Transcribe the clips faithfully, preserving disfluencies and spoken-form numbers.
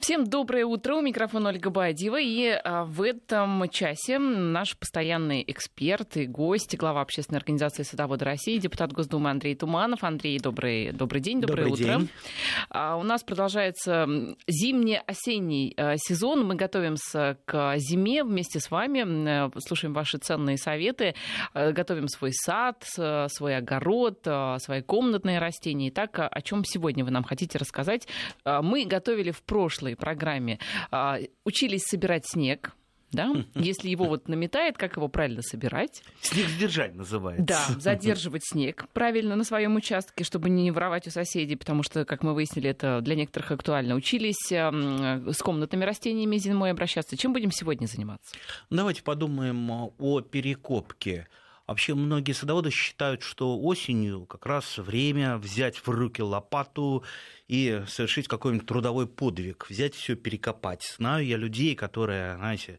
Всем доброе утро. У микрофона Ольга Баадьева. И а, в этом часе наш постоянный эксперт и гость, глава общественной организации «Садоводы России», депутат Госдумы Андрей Туманов. Андрей, добрый, добрый день, доброе добрый утро. День. А, у нас продолжается зимне-осенний а, сезон. Мы готовимся к зиме вместе с вами, а, слушаем ваши ценные советы, а, готовим свой сад, а, свой огород, а, свои комнатные растения. Итак, о чем сегодня вы нам хотите рассказать? А, мы готовили в прошлой программе, а, учились собирать снег, да? Если его вот наметает, как его правильно собирать? Снег сдержать называется. Да, задерживать снег правильно на своем участке, чтобы не воровать у соседей, потому что, как мы выяснили, это для некоторых актуально. Учились а, с комнатными растениями зимой обращаться. Чем будем сегодня заниматься? Давайте подумаем о перекопке. Вообще многие садоводы считают, что осенью как раз время взять в руки лопату и совершить какой-нибудь трудовой подвиг, взять все перекопать. Знаю я людей, которые, знаете,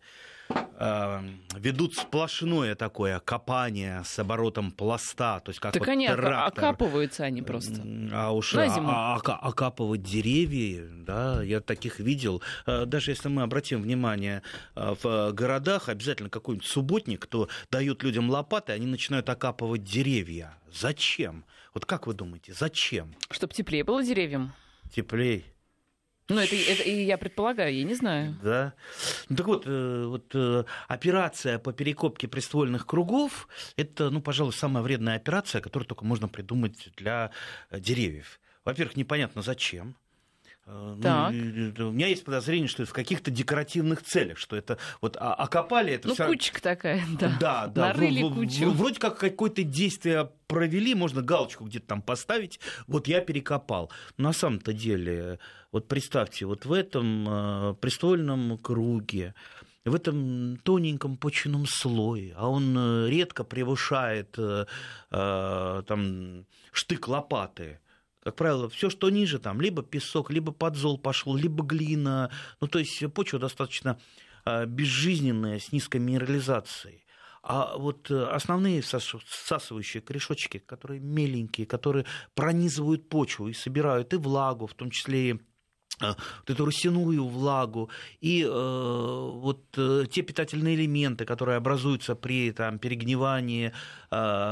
ведут сплошное такое копание с оборотом пласта, то есть как так вот они трактор. Окапываются они просто. А уж на зиму. А, а, окапывать деревья, да, я таких видел. Даже если мы обратим внимание, в городах обязательно какой-нибудь субботник, кто дает людям лопаты, они начинают окапывать деревья. Зачем? Вот как вы думаете, зачем? Чтобы теплее было деревьям. Теплее. Ну, это, это и я предполагаю, я не знаю. Да. Ну, так вот, вот, операция по перекопке приствольных кругов – это, ну, пожалуй, самая вредная операция, которую только можно придумать для деревьев. Во-первых, непонятно зачем. Так. Ну, у меня есть подозрение, что это в каких-то декоративных целях, что это вот окопали это. Ну, вся... кучка такая, да. Да, да. Нарыли в, кучу. В, вроде как какое-то действие провели, можно галочку где-то там поставить. Вот я перекопал. Но на самом-то деле, вот представьте, вот в этом э, приствольном круге, в этом тоненьком почвенном слое, а он редко превышает э, э, там, штык лопаты. Как правило, все, что ниже, там, либо песок, либо подзол пошел, либо глина. Ну, то есть почва достаточно безжизненная, с низкой минерализацией. А вот основные всасывающие корешочки, которые меленькие, которые пронизывают почву и собирают и влагу, в том числе и вот эту росяную влагу, и э, вот э, те питательные элементы, которые образуются при там, перегнивании э,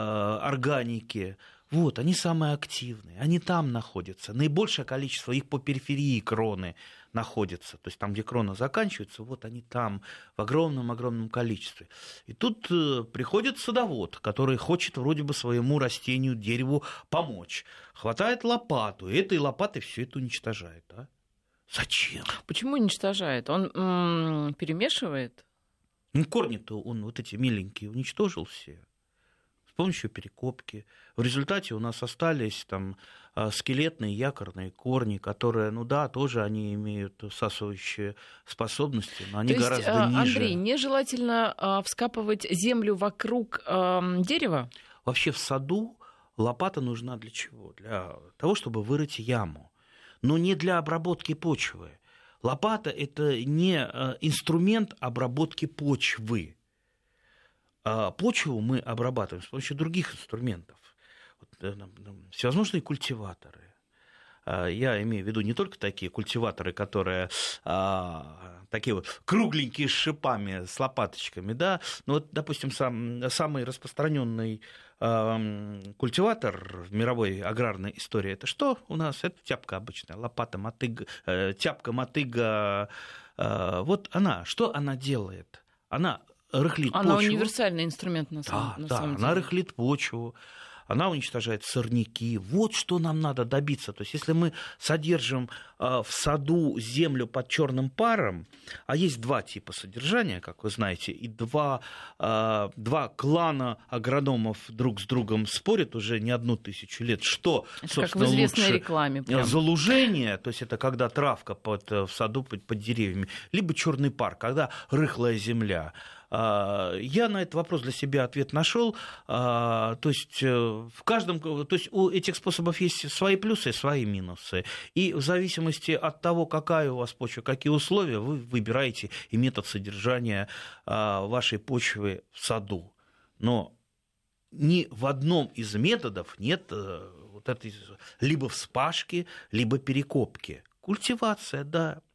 органики, вот, они самые активные, они там находятся. Наибольшее количество их по периферии кроны находится. То есть там, где крона заканчивается, вот они там в огромном-огромном количестве. И тут э, приходит садовод, который хочет вроде бы своему растению, дереву помочь. Хватает лопату, и этой лопатой все это уничтожает. А? Зачем? Почему уничтожает? Он м- перемешивает? Ну, корни-то он вот эти миленькие уничтожил все. С помощью перекопки. В результате у нас остались там скелетные якорные корни, которые, ну да, тоже они имеют всасывающие способности, но они То есть, гораздо ниже. Андрей, нежелательно вскапывать землю вокруг э, дерева? Вообще в саду лопата нужна для чего? Для того, чтобы вырыть яму, но не для обработки почвы. Лопата – это не инструмент обработки почвы. Почву мы обрабатываем с помощью других инструментов. Всевозможные культиваторы. Я имею в виду не только такие культиваторы, которые а, такие вот кругленькие с шипами, с лопаточками, да, но вот, допустим, сам, самый распространенный а, культиватор в мировой аграрной истории, это что у нас? Это тяпка обычная, лопата, мотыга, тяпка, мотыга. А, вот она, что она делает? Она рыхлит почву. Она универсальный инструмент на самом, да, на да, самом она деле. рыхлит почву. Она уничтожает сорняки. Вот что нам надо добиться. То есть, если мы содержим э, в саду землю под черным паром, а есть два типа содержания, как вы знаете, и два, э, два клана агрономов друг с другом спорят уже не одну тысячу лет, что, это собственно, как в известной лучше рекламе. Прям. Залужение, то есть это когда травка под, в саду под, под деревьями, либо черный пар, когда рыхлая земля. Я на этот вопрос для себя ответ нашел. То есть в каждом, то есть у этих способов есть свои плюсы и свои минусы. И в зависимости от того, какая у вас почва, какие условия, вы выбираете и метод содержания вашей почвы в саду. Но ни в одном из методов нет вот этой либо вспашки, либо перекопки. Культивация, да.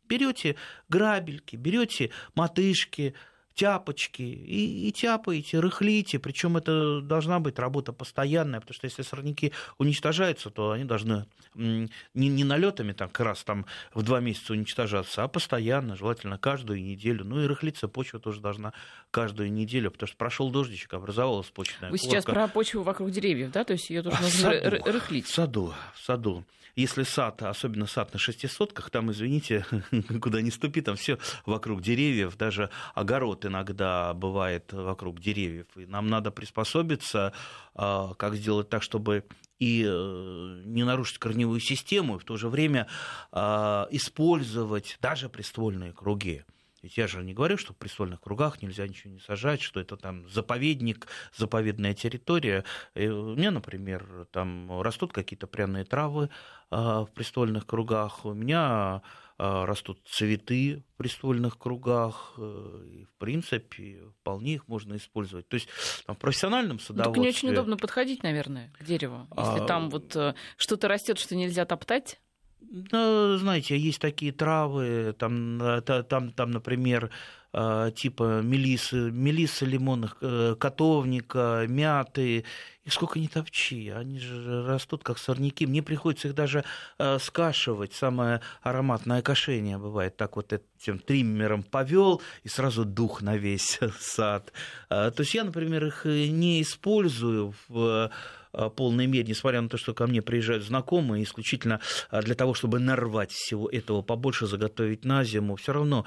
берете грабельки, берете мотышки, тяпочки и, и тяпаете, рыхлите. Причем это должна быть работа постоянная, потому что если сорняки уничтожаются, то они должны не, не налетами так, как раз там в два месяца уничтожаться, а постоянно, желательно каждую неделю. Ну и рыхлиться почва тоже должна каждую неделю, потому что прошел дождичек, образовалась почвенная Вы корка. сейчас про почву вокруг деревьев, да? То есть ее тоже в нужно саду, рыхлить. В саду, в саду. Если сад, особенно сад на шестисотках, там, извините, куда ни ступи, там все вокруг деревьев, даже огород иногда бывает вокруг деревьев. И нам надо приспособиться, как сделать так, чтобы и не нарушить корневую систему, и в то же время использовать даже приствольные круги. Ведь я же не говорю, что в приствольных кругах нельзя ничего не сажать, что это там заповедник, заповедная территория. И у меня, например, там растут какие-то пряные травы в приствольных кругах, у меня растут цветы в приствольных кругах, и, в принципе, вполне их можно использовать. То есть там, в профессиональном садоводстве... Так не очень удобно подходить, наверное, к дереву, если а... там вот что-то растет, что нельзя топтать. Ну, знаете, есть такие травы, там, там, там например, типа мелисы, мелисы лимонных, котовника, мяты, их сколько ни топчи, они же растут как сорняки. Мне приходится их даже скашивать, самое ароматное кошение бывает, так вот этим триммером повел и сразу дух на весь сад. То есть я, например, их не использую в полной мере, несмотря на то, что ко мне приезжают знакомые, исключительно для того, чтобы нарвать всего этого побольше, заготовить на зиму, все равно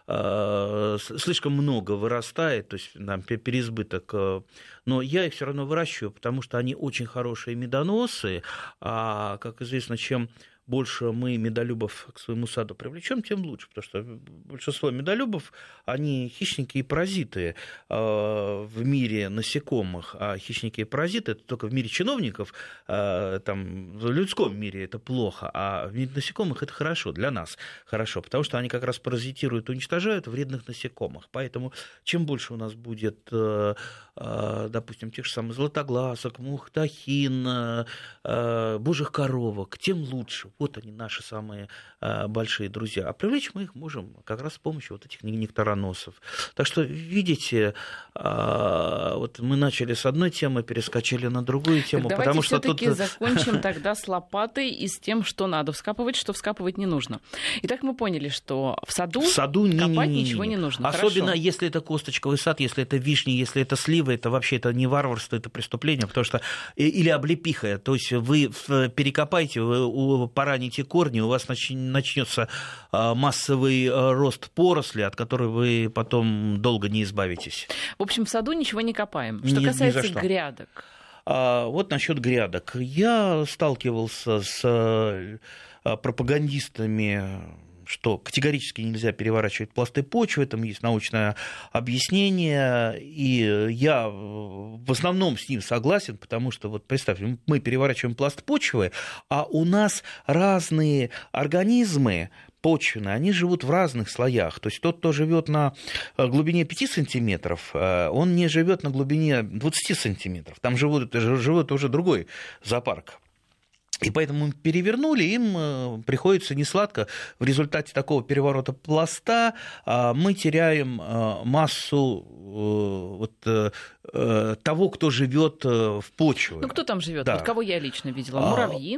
слишком много вырастает, то есть там переизбыток, но я их все равно выращиваю, потому что они очень хорошие медоносы, а, как известно, чем больше мы медолюбов к своему саду привлечем, тем лучше, потому что большинство медолюбов, они хищники и паразиты в мире насекомых, а хищники и паразиты это только в мире чиновников, там, в людском мире это плохо, а в мире насекомых это хорошо, для нас хорошо, потому что они как раз паразитируют, уничтожают вредных насекомых, поэтому чем больше у нас будет, допустим, тех же самых златоглазок, мух, тахин, божьих коровок, тем лучше. Вот они, наши самые большие друзья. А привлечь мы их можем как раз с помощью вот этих нектароносов. Так что, видите, вот мы начали с одной темы, перескочили на другую тему. Так потому давайте что все-таки тут... закончим тогда с лопатой и с тем, что надо вскапывать, что вскапывать не нужно. Итак, мы поняли, что в саду, в саду копать не, не, не, ничего не нужно. Особенно Хорошо. Если это косточковый сад, если это вишни, если это сливы, это вообще это не варварство, это преступление, потому что... Или облепиха. То есть вы перекопаете, вы пораните корни, у вас начнется массовый рост поросли, от которой вы потом долго не избавитесь. В общем, в саду ничего не копаем. Что ни, касается ни грядок. А, вот насчет грядок. Я сталкивался с пропагандистами, что категорически нельзя переворачивать пласты почвы, этому есть научное объяснение, и я в основном с ним согласен, потому что, вот представьте, мы переворачиваем пласт почвы, а у нас разные организмы почвенные, они живут в разных слоях. То есть тот, кто живет на глубине пяти сантиметров, он не живет на глубине двадцати сантиметров. Там живут, живет уже другой зоопарк. И поэтому мы перевернули, им приходится несладко. В результате такого переворота пласта мы теряем массу вот того, кто живет в почве. Ну, кто там живет? Да. Вот кого я лично видела? Муравьи,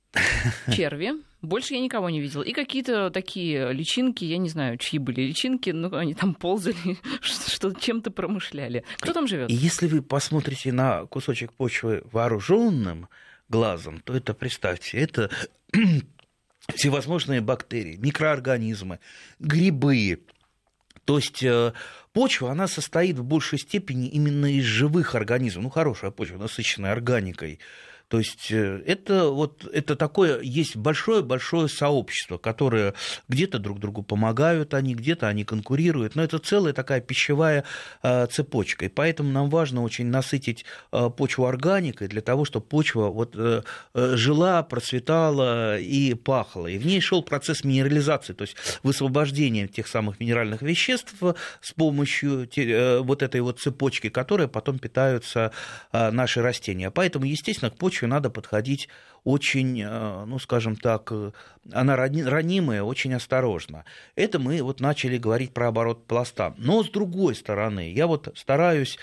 черви. Больше я никого не видела. И какие-то такие личинки, я не знаю, чьи были личинки, но они там ползали, что чем-то промышляли. Кто там живет? И если вы посмотрите на кусочек почвы вооруженным глазом, то это, представьте, это всевозможные бактерии, микроорганизмы, грибы. То есть почва, она состоит в большей степени именно из живых организмов. Ну, хорошая почва, насыщенная органикой. То есть это, вот, это такое, есть большое-большое сообщество, которое где-то друг другу помогают, они где-то они конкурируют, но это целая такая пищевая цепочка. И поэтому нам важно очень насытить почву органикой для того, чтобы почва вот жила, процветала и пахла. И в ней шел процесс минерализации, то есть высвобождения тех самых минеральных веществ с помощью вот этой вот цепочки, которые потом питаются наши растения. Поэтому, естественно, к почве почве надо подходить очень, ну, скажем так, она ранимая, очень осторожно. Это мы вот начали говорить про оборот пласта. Но с другой стороны, я вот стараюсь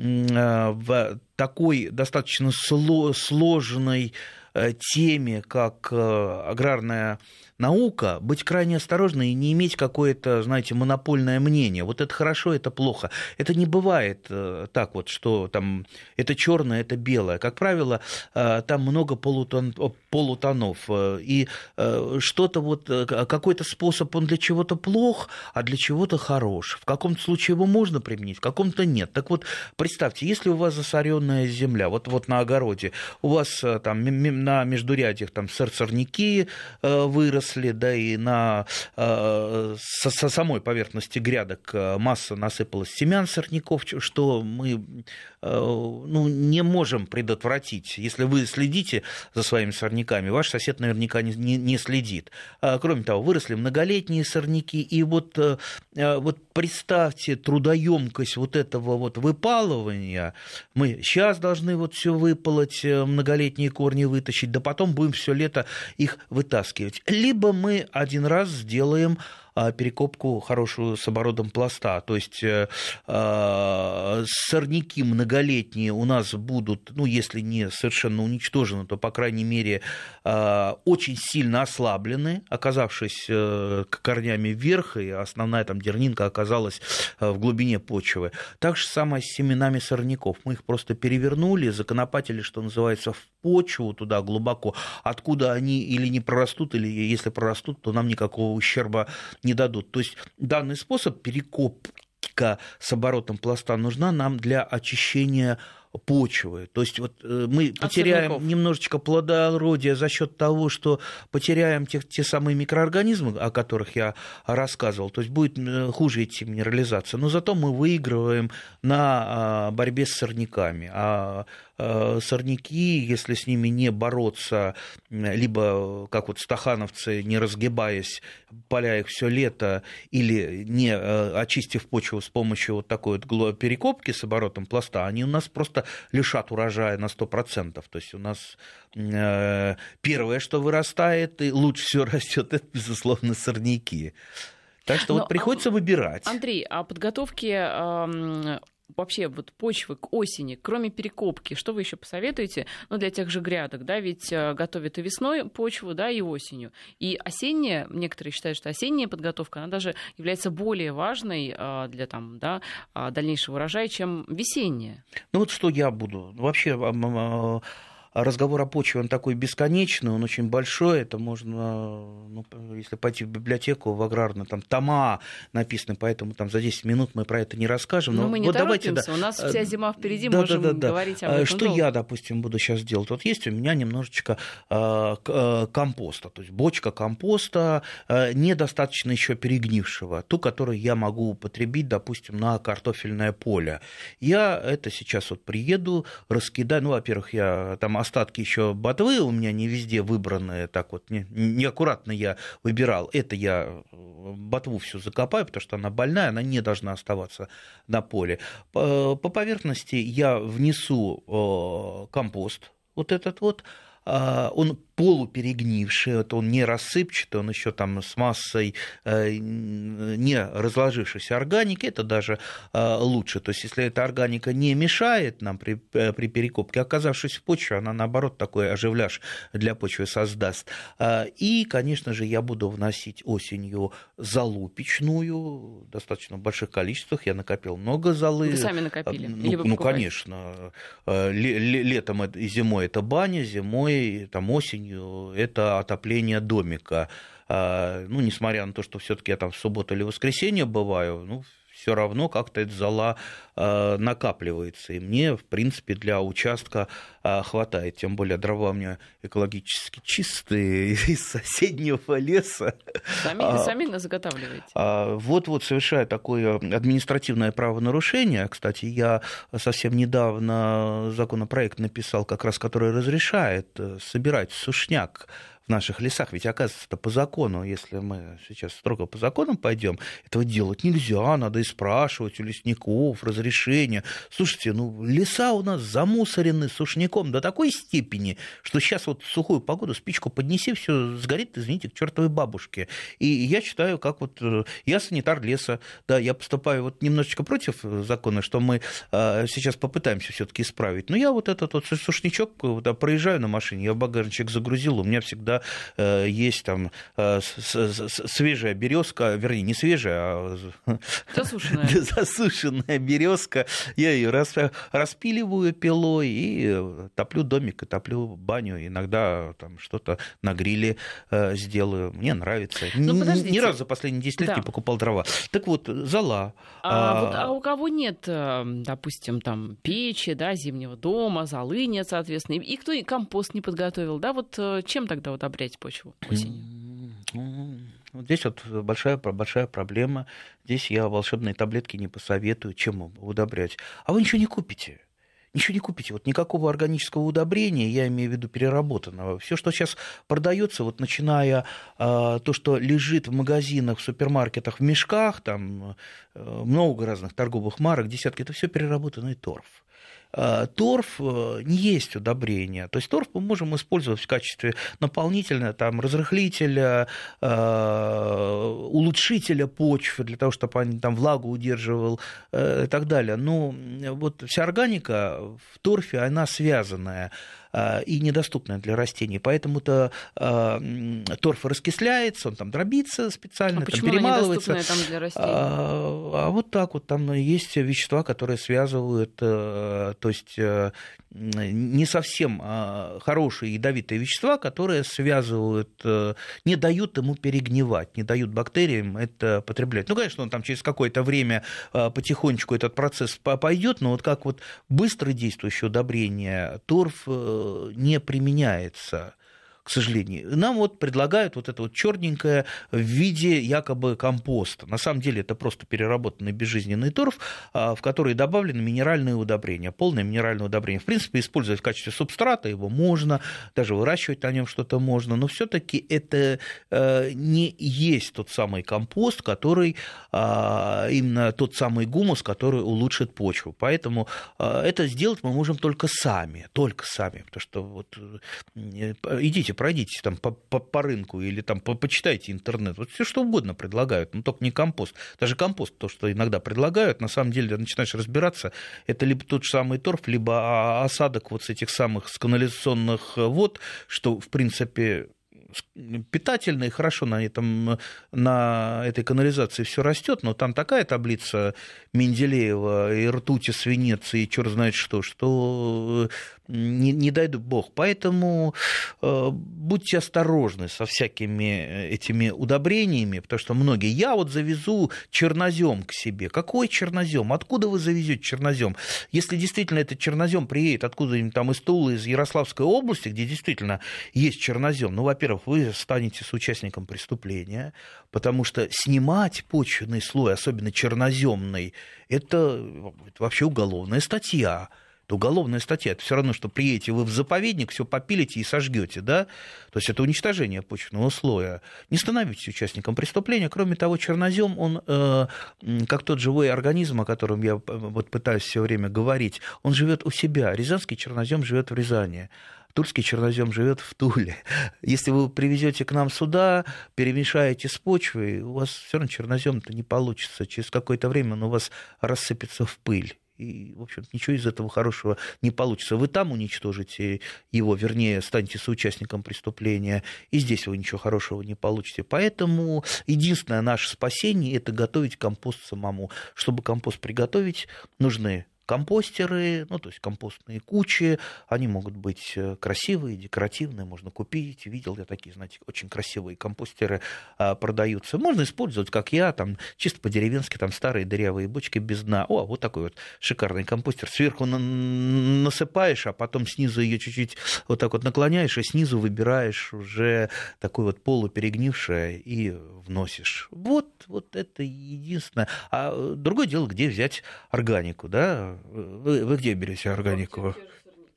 в такой достаточно сложной теме, как аграрная наука, быть крайне осторожной и не иметь какое-то, знаете, монопольное мнение. Вот это хорошо, это плохо. Это не бывает так вот, что там это черное, это белое. Как правило, там много полутон, полутонов. И что-то вот, какой-то способ, он для чего-то плох, а для чего-то хорош. В каком-то случае его можно применить, в каком-то нет. Так вот, представьте, если у вас засоренная земля, вот, вот на огороде, у вас там на междурядьях там сорняки выросли, да, и на, э, со, со самой поверхности грядок масса насыпалась семян сорняков, что мы э, ну, не можем предотвратить. Если вы следите за своими сорняками, ваш сосед наверняка не, не, не следит. А, кроме того, выросли многолетние сорняки, и вот, э, вот представьте трудоемкость вот этого вот выпалывания. Мы сейчас должны вот все выпалоть, многолетние корни вытащить, да потом будем все лето их вытаскивать. Либо мы один раз сделаем перекопку хорошую с оборотом пласта, то есть э, э, сорняки многолетние у нас будут, ну, если не совершенно уничтожены, то, по крайней мере, э, очень сильно ослаблены, оказавшись э, корнями вверх, и основная там дернинка оказалась э, в глубине почвы. Так же самое с семенами сорняков. Мы их просто перевернули, законопатили, что называется, в почву туда глубоко, откуда они или не прорастут, или если прорастут, то нам никакого ущерба не дадут. То есть данный способ перекопка с оборотом пласта нужна нам для очищения почвы. То есть вот мы потеряем немножечко плодородия за счет того, что потеряем те, те самые микроорганизмы, о которых я рассказывал. То есть будет хуже идти минерализация. Но зато мы выигрываем на борьбе с сорняками. А сорняки, если с ними не бороться, либо, как вот стахановцы, не разгибаясь, поля их все лето, или не очистив почву с помощью вот такой вот перекопки с оборотом пласта, они у нас просто лишат урожая на сто процентов. То есть у нас первое, что вырастает и лучше всего растет, это, безусловно, сорняки. Так что Но, вот приходится а, выбирать. Андрей, а подготовки э, вообще вот почвы к осени, кроме перекопки, что вы еще посоветуете? Ну, для тех же грядок, да, ведь готовят и весной почву, да, и осенью. И осенняя, некоторые считают, что осенняя подготовка, она даже является более важной э, для там, да, дальнейшего урожая, чем весенняя. Ну вот что я буду. Вообще разговор о почве, он такой бесконечный, он очень большой, это можно, ну, если пойти в библиотеку, в аграрную, там тома написаны, поэтому там за десять минут мы про это не расскажем. Но, но мы не вот торопимся, давайте, да, у нас вся зима впереди, да, можем да, да, говорить да. об этом Что долго. я, допустим, буду сейчас делать? Вот есть у меня немножечко э, компоста, то есть бочка компоста, э, недостаточно еще перегнившего, ту, которую я могу употребить, допустим, на картофельное поле. Я это сейчас вот приеду, раскидаю, ну, во-первых, я там остатки еще ботвы у меня не везде выбраны, так вот не, неаккуратно я выбирал. Это я ботву всю закопаю, потому что она больная, она не должна оставаться на поле. По, по поверхности я внесу компост, вот этот вот, он полуперегнивший, это он не рассыпчатый, он еще там с массой не разложившейся органики, это даже лучше. То есть, если эта органика не мешает нам при, при перекопке, оказавшись в почве, она, наоборот, такой оживляж для почвы создаст. И, конечно же, я буду вносить осенью золу печную, достаточно в больших количествах, я накопил много золы. Вы сами накопили? Ну, Или вы ну конечно. Летом и зимой это баня, зимой, там, осенью это отопление домика. Ну, несмотря на то, что все-таки я там в субботу или воскресенье бываю, ну, все равно как-то эта зола накапливается. И мне, в принципе, для участка хватает. Тем более дрова у меня экологически чистые, из соседнего леса. Сами, а, сами заготавливаете? А, вот-вот, совершая такое административное правонарушение. Кстати, я совсем недавно законопроект написал, как раз который разрешает собирать сушняк в наших лесах. Ведь, оказывается, по закону, если мы сейчас строго по законам пойдем, этого делать нельзя, надо и спрашивать у лесников разрешения. Слушайте, ну, леса у нас замусорены сушняком до такой степени, что сейчас вот в сухую погоду спичку поднеси, все сгорит, извините, к чертовой бабушке. И я считаю, как вот я санитар леса, да, я поступаю вот немножечко против закона, что мы а, сейчас попытаемся все-таки исправить. Но я вот этот вот сушничок, да, проезжаю на машине, я в багажничек загрузил, у меня всегда э, есть там э, с, с, свежая березка, вернее, не свежая, а засушенная, засушенная березка. Я ее рас, распиливаю пилой и топлю домик, и топлю баню. Иногда там что-то на гриле э, сделаю. Мне нравится. Ну, Ни разу за последние десять лет да. не покупал дрова. Так вот, зола. А, а... Вот, а у кого нет, допустим, там печи, да, зимнего дома, золы нет, соответственно, и кто и компост не подготовил, да, вот чем тогда удобрять почву осенью? Вот здесь вот большая, большая проблема. Здесь я волшебные таблетки не посоветую, чем удобрять. А вы ничего не купите. Ничего не купите. Вот никакого органического удобрения, я имею в виду переработанного. Все, что сейчас продается, вот начиная а, то, что лежит в магазинах, в супермаркетах, в мешках, там а, много разных торговых марок, десятки, это все переработанный торф. Торф не есть удобрение. То есть торф мы можем использовать в качестве наполнителя, там, разрыхлителя, улучшителя почвы, для того, чтобы он там влагу удерживал и так далее. Но вот вся органика в торфе, она связанная и недоступная для растений. Поэтому-то э, торф раскисляется, он там дробится специально, а там перемалывается. Там для растений? А, а вот так вот там есть вещества, которые связывают, э, то есть э, не совсем э, хорошие ядовитые вещества, которые связывают, э, не дают ему перегнивать, не дают бактериям это потреблять. Ну, конечно, он там через какое-то время э, потихонечку этот процесс пойдет, но вот как вот быстро действующее удобрение, торф э, не применяется, к сожалению. Нам вот предлагают вот это вот черненькое в виде якобы компоста. На самом деле это просто переработанный безжизненный торф, в который добавлены минеральные удобрения, полное минеральное удобрение. В принципе, использовать в качестве субстрата его можно, даже выращивать на нем что-то можно, но все-таки это не есть тот самый компост, который именно тот самый гумус, который улучшит почву. Поэтому это сделать мы можем только сами, только сами, потому что вот идите, пройдитесь там по, по, по рынку или там по, почитайте интернет, вот все что угодно предлагают, но только не компост. Даже компост, то, что иногда предлагают, на самом деле начинаешь разбираться, это либо тот же самый торф, либо осадок вот с этих самых с канализационных вод, что, в принципе, питательно и хорошо на, этом, на этой канализации все растет, но там такая таблица Менделеева и ртути, свинец и черт знает что, что не, не дай бог. Поэтому э, будьте осторожны со всякими этими удобрениями, потому что многие, я вот завезу чернозем к себе. Какой чернозем? Откуда вы завезете чернозем? Если действительно этот чернозем приедет откуда-нибудь там из Тулы, из Ярославской области, где действительно есть чернозем, ну, во-первых, вы станете соучастником преступления, потому что снимать почвенный слой, особенно черноземный, это вообще уголовная статья. Это уголовная статья. Это все равно, что приедете вы в заповедник, все попилите и сожгете, да? То есть это уничтожение почвенного слоя. Не становитесь участником преступления. Кроме того, чернозем, он э, как тот живой организм, о котором я вот пытаюсь все время говорить, он живет у себя. Рязанский чернозем живет в Рязани. Тульский чернозем живет в Туле. Если вы привезете к нам сюда, перемешаете с почвой, у вас все равно чернозем-то не получится. Через какое-то время он у вас рассыпется в пыль. И, в общем, ничего из этого хорошего не получится. Вы там уничтожите его, вернее, станете соучастником преступления, и здесь вы ничего хорошего не получите. Поэтому единственное наше спасение – это готовить компост самому. Чтобы компост приготовить, нужны компостеры, ну, то есть компостные кучи, они могут быть красивые, декоративные, можно купить. Видел я такие, знаете, очень красивые компостеры а, продаются. Можно использовать, как я, там, чисто по-деревенски, там, старые дырявые бочки без дна. О, вот такой вот шикарный компостер. Сверху на- насыпаешь, а потом снизу ее чуть-чуть вот так вот наклоняешь, и снизу выбираешь уже такое вот полуперегнившее и вносишь. Вот, вот это единственное. А другое дело, где взять органику, да? Вы, вы где берете органику?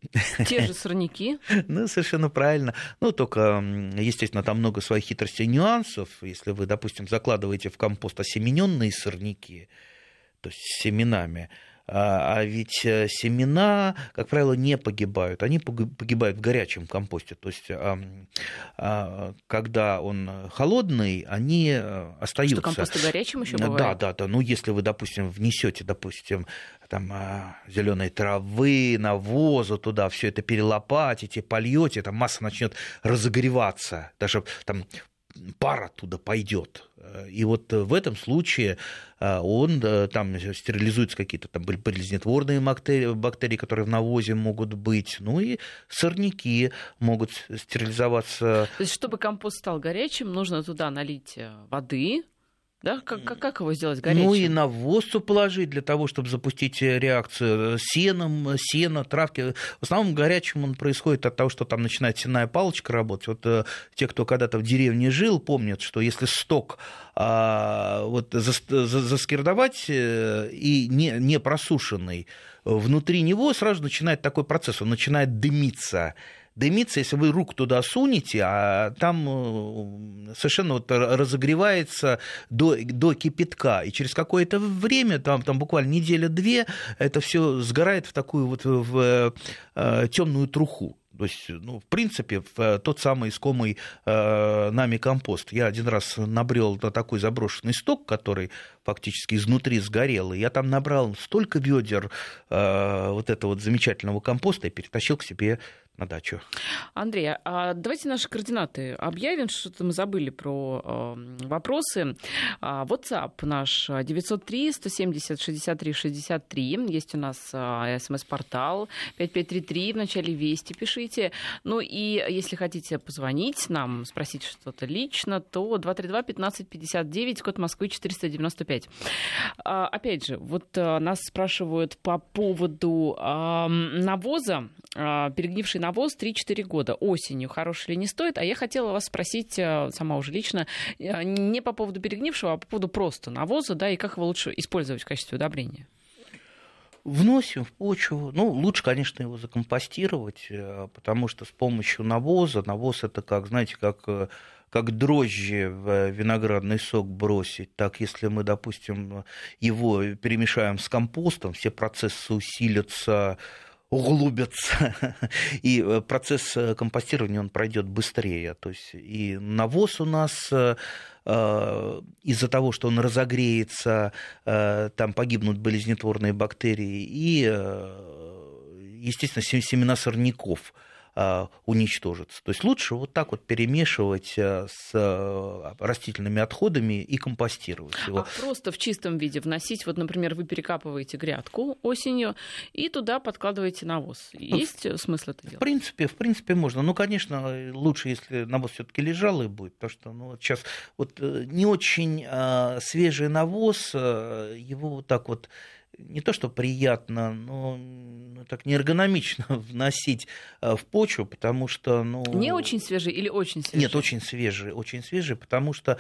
Те же сорняки? Ну, совершенно правильно. Ну, только, естественно, там много своих хитростей и нюансов. Если вы, допустим, закладываете в компост осемененные сорняки, то есть с семенами, а ведь семена, как правило, не погибают. Они погибают в горячем компосте. То есть, когда он холодный, они остаются. Что, компост и горячим еще бывает? бывает? Да, да, да. Ну, если вы, допустим, внесете, допустим, там зеленой травы, навоза туда, все это перелопатите, польете, там масса начнет разогреваться, даже там пар оттуда пойдет. И вот в этом случае он там стерилизуются какие-то там болезнетворные бактерии, бактерии, которые в навозе могут быть, ну и сорняки могут стерилизоваться. То есть, чтобы компост стал горячим, нужно туда налить воды. Да? Как, как его сделать горячим? Ну и навоз положить для того, чтобы запустить реакцию сеном, сено, травки. В основном горячим он происходит от того, что там начинает сенная палочка работать. Вот э, те, кто когда-то в деревне жил, помнят, что если сток э, вот, зас, заскирдовать э, и не, не просушенный, внутри него сразу начинает такой процесс, он начинает дымиться. Дымится, если вы руку туда сунете, а там совершенно вот разогревается до, до кипятка, и через какое-то время, там, там буквально неделя-две, это все сгорает в такую вот в, в темную труху. То есть, ну, в принципе, в тот самый искомый э, нами компост. Я один раз набрел на такой заброшенный сток, который фактически изнутри сгорел, и я там набрал столько ведер э, вот этого вот замечательного компоста и перетащил к себе на дачу. Андрей, а давайте наши координаты объявим, что-то мы забыли про э, вопросы. WhatsApp наш девятьсот три сто семьдесят шестьдесят три шестьдесят три. Есть у нас э, смс-портал пять пять три три, в начале «Вести» пишите. Ну и если хотите позвонить нам, спросить что-то лично, то два три два пятнадцать пятьдесят девять, код Москвы четыреста девяносто пять. А, опять же, вот а, нас спрашивают по поводу а, навоза. А, перегнивший навоз три-четыре года. Осенью хороший ли не стоит? А я хотела вас спросить а, сама уже лично а, не по поводу перегнившего, а по поводу просто навоза, да, и как его лучше использовать в качестве удобрения? Вносим в почву. Ну, лучше, конечно, его закомпостировать, потому что с помощью навоза, навоз это как, знаете, как... как дрожжи в виноградный сок бросить, так если мы, допустим, его перемешаем с компостом, все процессы усилятся, углубятся, и процесс компостирования он пройдет быстрее. То есть и навоз у нас из-за того, что он разогреется, там погибнут болезнетворные бактерии, и, естественно, семена сорняков уничтожится. То есть лучше вот так вот перемешивать с растительными отходами и компостировать его. А просто в чистом виде вносить, вот, например, вы перекапываете грядку осенью и туда подкладываете навоз. Есть ну, смысл это делать? В принципе, в принципе можно. Ну, конечно, лучше, если навоз все-таки лежалый будет, потому что ну, вот сейчас вот не очень а, свежий навоз, его вот так вот не то что приятно, но так неэргономично вносить в почву, потому что... Ну... Не очень свежий или очень свежий? Нет, очень свежий, очень свежий, потому что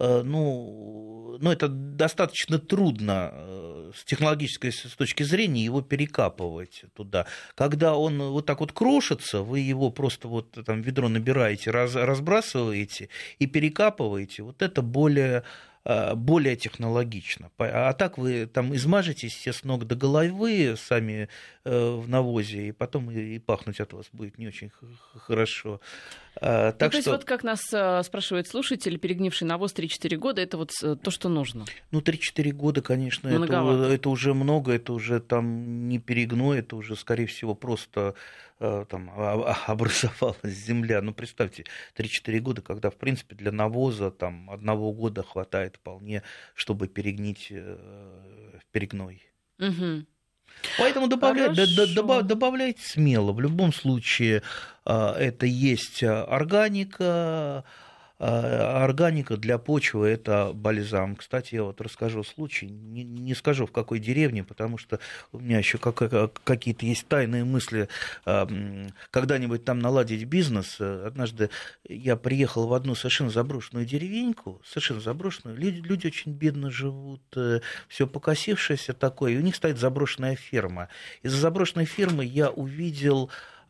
ну, ну, это достаточно трудно с технологической с точки зрения его перекапывать туда. Когда он вот так вот крошится, вы его просто вот там ведро набираете, раз, разбрасываете и перекапываете, вот это более... более технологично. А так вы там измажетесь все с ног до головы сами в навозе, и потом и пахнуть от вас будет не очень хорошо. Так ну, то что... есть вот как нас спрашивает слушатель, перегнивший навоз три-четыре года, это вот то, что нужно? Ну, три-четыре года, конечно, это, это уже много, это уже там не перегной, это уже, скорее всего, просто там образовалась земля. Ну, представьте, три-четыре года, когда, в принципе, для навоза там одного года хватает вполне, чтобы перегнить в перегной. Угу. Поэтому добавляйте, добавляйте смело. В любом случае, это есть органика. Органика для почвы – это бальзам. Кстати, я вот расскажу случай, не, не скажу в какой деревне, потому что у меня еще как, какие-то есть тайные мысли когда-нибудь там наладить бизнес. Однажды я приехал в одну совершенно заброшенную деревеньку, совершенно заброшенную, люди, люди очень бедно живут, все покосившееся такое, и у них стоит заброшенная ферма. Из-за заброшенной фермы я увидел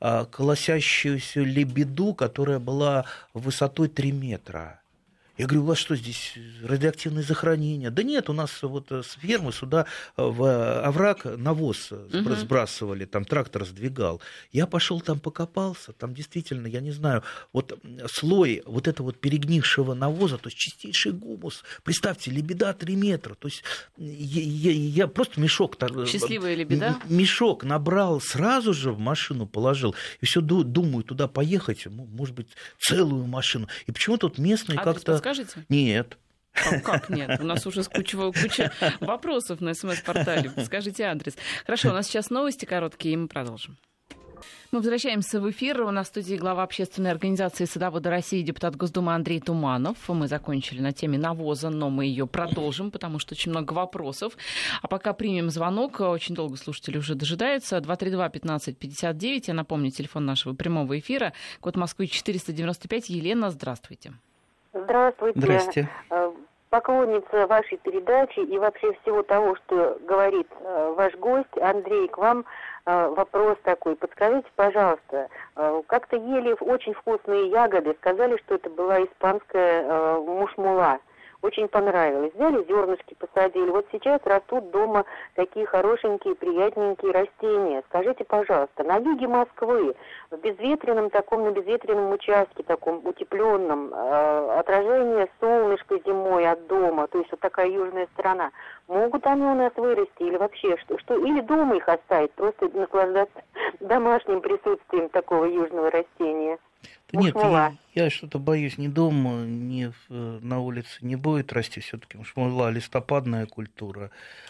колосящуюся лебеду, которая была высотой три метра. Я говорю, у вас что здесь, радиоактивное захоронение? Да нет, у нас вот с фермы сюда в овраг навоз uh-huh. сбрасывали, там трактор сдвигал. Я пошел там покопался, там действительно, я не знаю, вот слой вот этого вот перегнившего навоза, то есть чистейший гумус. Представьте, лебеда три метра. То есть я, я, я просто мешок... Счастливая лебеда? Мешок набрал, сразу же в машину положил. И все думаю, туда поехать, может быть, целую машину. И почему-то тут местные Адрес как-то... Скажите? Нет. А как нет? У нас уже куча, куча вопросов на СМС-портале. Скажите адрес. Хорошо, у нас сейчас новости короткие, и мы продолжим. Мы возвращаемся в эфир. У нас в студии глава общественной организации «Садоводы России», депутат Госдумы Андрей Туманов. Мы закончили на теме навоза, но мы ее продолжим, потому что очень много вопросов. А пока примем звонок. Очень долго слушатели уже дожидаются. два три два пятнадцать пятьдесят девять. Я напомню, телефон нашего прямого эфира. Код Москвы четыреста девяносто пять. Елена, здравствуйте. Здравствуйте. Здрасте. Поклонница вашей передачи и вообще всего того, что говорит ваш гость. Андрей, к вам вопрос такой. Подскажите, пожалуйста, как-то ели очень вкусные ягоды, сказали, что это была испанская мушмула. Очень понравилось. Взяли зернышки, посадили. Вот сейчас растут дома такие хорошенькие, приятненькие растения. Скажите, пожалуйста, на юге Москвы, в безветренном таком, на безветренном участке, таком утепленном, э, отражение солнышка зимой от дома, то есть вот такая южная сторона, могут они у нас вырасти или вообще что? что или дома их оставить, просто наслаждаться домашним присутствием такого южного растения? Нет, я, я что-то боюсь, ни дома, ни в, на улице не будет расти все-таки. Мушмула листопадная культура,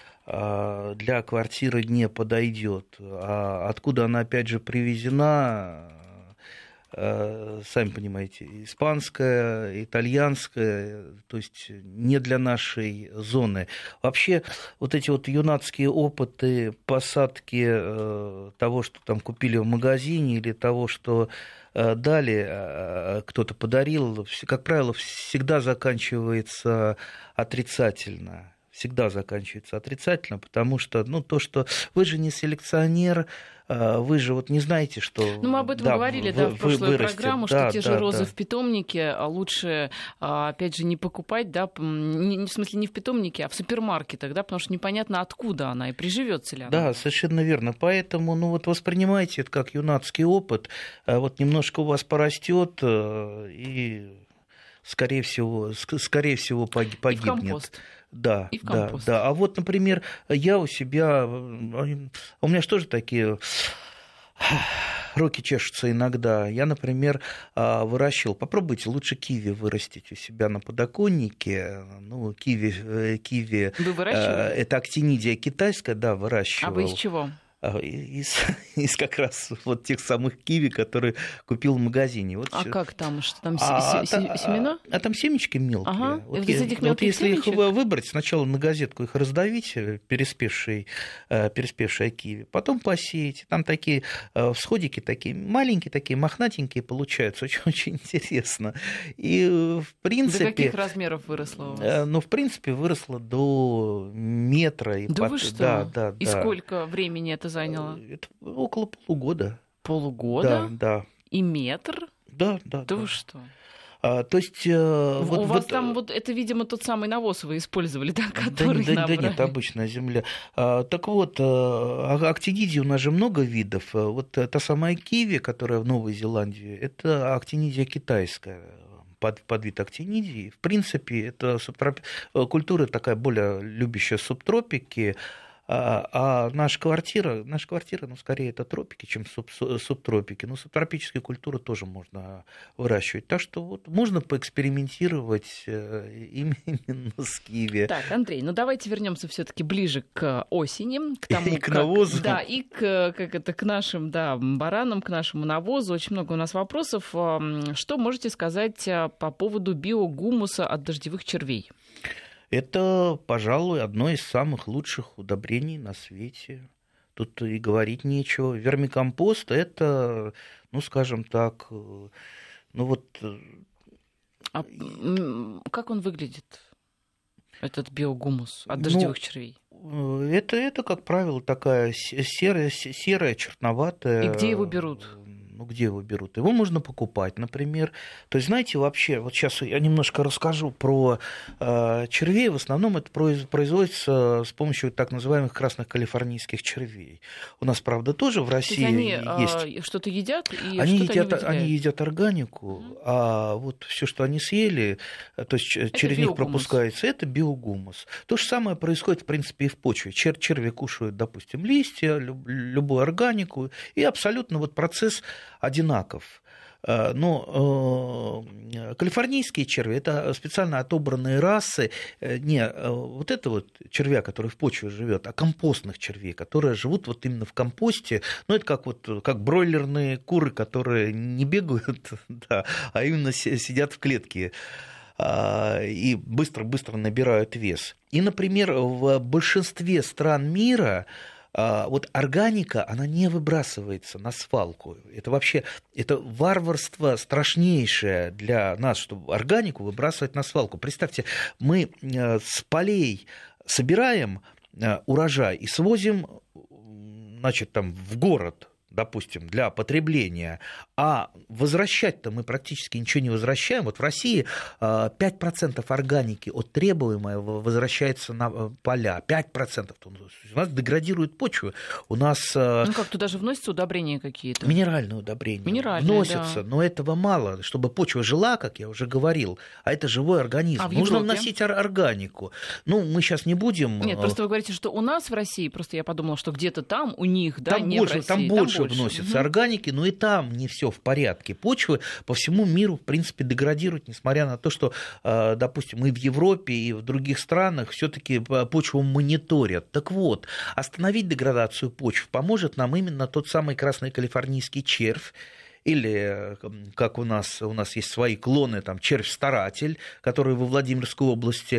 а для квартиры не подойдет. А откуда она опять же привезена, а, сами понимаете, испанская, итальянская, то есть не для нашей зоны. Вообще вот эти вот юнацкие опыты посадки э, того, что там купили в магазине, или того, что дали, кто-то подарил, как правило, всегда заканчивается отрицательно. Всегда заканчивается отрицательно, потому что, ну, то, что вы же не селекционер, вы же вот не знаете, что... Ну, мы об этом да, говорили, вы, да, в прошлую вырастет. программу, да, что те да, же розы да. в питомнике лучше, опять же, не покупать, да, не, в смысле не в питомнике, а в супермаркетах, да, потому что непонятно, откуда она и приживется ли она. Да, совершенно верно. Поэтому, ну, вот воспринимайте это как юнацкий опыт, вот немножко у вас порастет и, скорее всего, скорее всего погибнет. И в компост. Да, да, да. А вот, например, я у себя, у меня же тоже такие руки чешутся иногда. Я, например, выращивал, попробуйте лучше киви вырастить у себя на подоконнике. Ну, киви, киви Вы выращивали? Это актинидия китайская, да, выращивал. А вы из чего? Из, из как раз вот тех самых киви, которые купил в магазине. Вот а все. как там? Что там, а, семена? А, а там семечки мелкие. Ага. Вот, из я, этих вот если семечек? их выбрать, сначала на газетку их раздавить, переспевшие, переспевшие киви, потом посеять. Там такие всходики, такие маленькие, такие мохнатенькие получаются. Очень, очень интересно. И в принципе... До каких размеров выросло у вас? Ну, в принципе, выросло до метра. И да под... вы что? Да, да, и да. сколько времени это заняло? Это около полугода. Полугода? Да, да. И метр? Да, да. Да, да. вы что? А, то есть... Э, У вот, вас вот, там вот это, видимо, тот самый навоз вы использовали, да, который да, набрали? Да нет, обычная земля. А, так вот, актинидии у нас же много видов. Вот та самая киви, которая в Новой Зеландии, это актинидия китайская. Под, подвид актинидии. В принципе, это субтроп... культура такая более любящая субтропики. А, а наша квартира, наша квартира, ну, скорее, это тропики, чем суб, субтропики. Но субтропические культуры тоже можно выращивать. Так что вот можно поэкспериментировать именно с киви. Так, Андрей, ну давайте вернемся все-таки ближе к осени, к тому, и к навозу. Да, и к, как это, к нашим, да, баранам, к нашему навозу. Очень много у нас вопросов. Что можете сказать по поводу биогумуса от дождевых червей? Это, пожалуй, одно из самых лучших удобрений на свете. Тут и говорить нечего. Вермикомпост – это, ну, скажем так, ну вот... А как он выглядит, этот биогумус от дождевых ну, червей? Это, это, как правило, такая серая, серая, черноватая... И где его берут? ну где его берут? Его можно покупать, например. То есть, знаете, вообще, вот сейчас я немножко расскажу про э, червей. В основном это производится с помощью так называемых красных калифорнийских червей. У нас, правда, тоже в России то есть они есть... что-то едят? И они, что-то едят, они, они едят органику, mm-hmm. а вот все, что они съели, то есть это через биогумус. Них пропускается, это биогумус. То же самое происходит, в принципе, и в почве. Чер- черви кушают, допустим, листья, люб- любую органику, и абсолютно вот процесс одинаков. Но э, калифорнийские черви – это специально отобранные расы, не вот это вот червя, который в почве живет, а компостных червей, которые живут вот именно в компосте. Ну, это как, вот, как бройлерные куры, которые не бегают, да, а именно сидят в клетке и быстро-быстро набирают вес. И, например, в большинстве стран мира вот органика, она не выбрасывается на свалку. Это вообще это варварство страшнейшее для нас, чтобы органику выбрасывать на свалку. Представьте, мы с полей собираем урожай и свозим, значит, там, в город, допустим, для потребления, а возвращать-то мы практически ничего не возвращаем. Вот в России пять процентов органики от требуемого возвращается на поля. пять процентов. У нас деградирует почва. У нас... Ну как, туда же вносятся удобрения какие-то? Минеральные удобрения. Минеральные, вносятся, да. Но этого мало. Чтобы почва жила, как я уже говорил, а это живой организм. А нужно вносить органику. Ну, мы сейчас не будем... Нет, просто вы говорите, что у нас в России, просто я подумала, что где-то там у них, да, там не больше, в России. Там больше, там больше вносится угу. органики, но и там не все в порядке. Почвы по всему миру, в принципе, деградируют, несмотря на то, что, допустим, и в Европе, и в других странах все-таки почву мониторят. Так вот, остановить деградацию почв поможет нам именно тот самый красный калифорнийский червь, или, как у нас, у нас есть свои клоны, там, червь-старатель, который во Владимирской области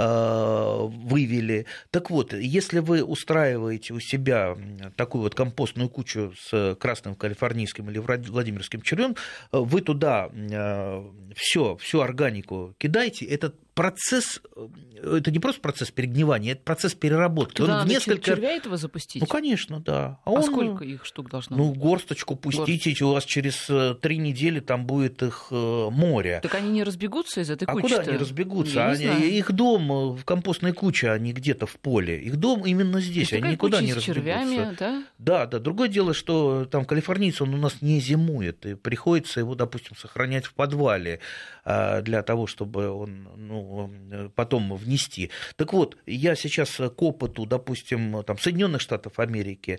э, вывели. Так вот, если вы устраиваете у себя такую вот компостную кучу с красным калифорнийским или владимирским червем, вы туда э, всё, всю органику кидаете, этот процесс, это не просто процесс перегнивания, это процесс переработки. Туда он надо несколько... червя этого запустить? Ну, конечно, да. А, а он... сколько их штук должно ну, быть? Ну, горсточку пустите, Горсть. У вас через три недели там будет их море. Так они не разбегутся из этой а кучи? А куда они разбегутся? Я они, не их дом в компостной куче, а не где-то в поле. Их дом именно здесь, они никуда не разбегутся. Червями, да? Да, да. Другое дело, что там калифорнийцы, он у нас не зимует, и приходится его, допустим, сохранять в подвале для того, чтобы он, ну, потом внести. Так вот, я сейчас к опыту, допустим, там, Соединенных Штатов Америки,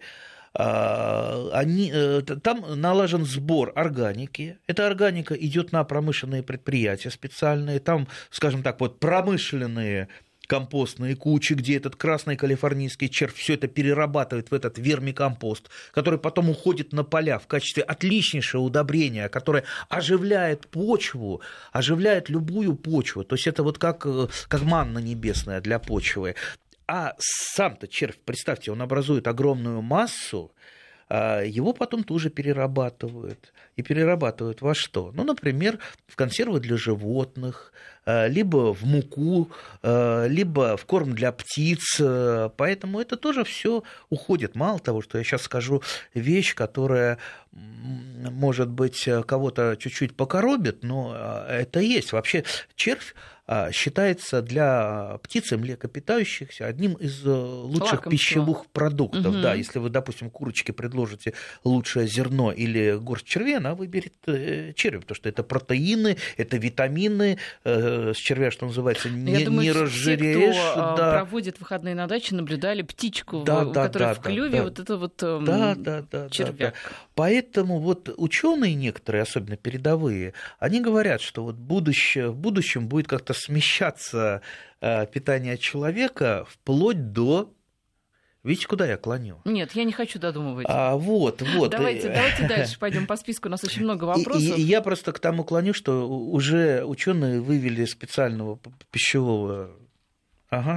они, там налажен сбор органики. Эта органика идет на промышленные предприятия специальные. Там, скажем так, вот промышленные компостные кучи, где этот красный калифорнийский червь все это перерабатывает в этот вермикомпост, который потом уходит на поля в качестве отличнейшего удобрения, которое оживляет почву, оживляет любую почву. То есть это вот как, как манна небесная для почвы. А сам-то червь, представьте, он образует огромную массу, его потом тоже перерабатывают. И перерабатывают во что? Ну, например, в консервы для животных, либо в муку, либо в корм для птиц. Поэтому это тоже все уходит. Мало того, что я сейчас скажу вещь, которая, может быть, кого-то чуть-чуть покоробит, но это есть. Вообще червь считается для птиц и млекопитающихся одним из лучших Лакомство. пищевых продуктов. Угу. Да, если вы, допустим, курочке предложите лучшее зерно или горсть червей, она выберет червь, потому что это протеины, это витамины, с червя, что называется, не, Я думаю, не разжиреешь. Те, кто да. проводит выходные на даче, наблюдали птичку, да, у да, которой да, в клюве да, вот это вот да, да, да, червяк. Да, да. Поэтому вот ученые некоторые, особенно передовые, они говорят, что вот будущее, в будущем будет как-то смещаться питание человека вплоть до... Видите, куда я клоню? Нет, я не хочу додумывать. А, вот, вот. Давайте, давайте дальше пойдем по списку. У нас очень много вопросов. И, и, и я просто к тому клоню, что уже ученые вывели специального пищевого... Ага.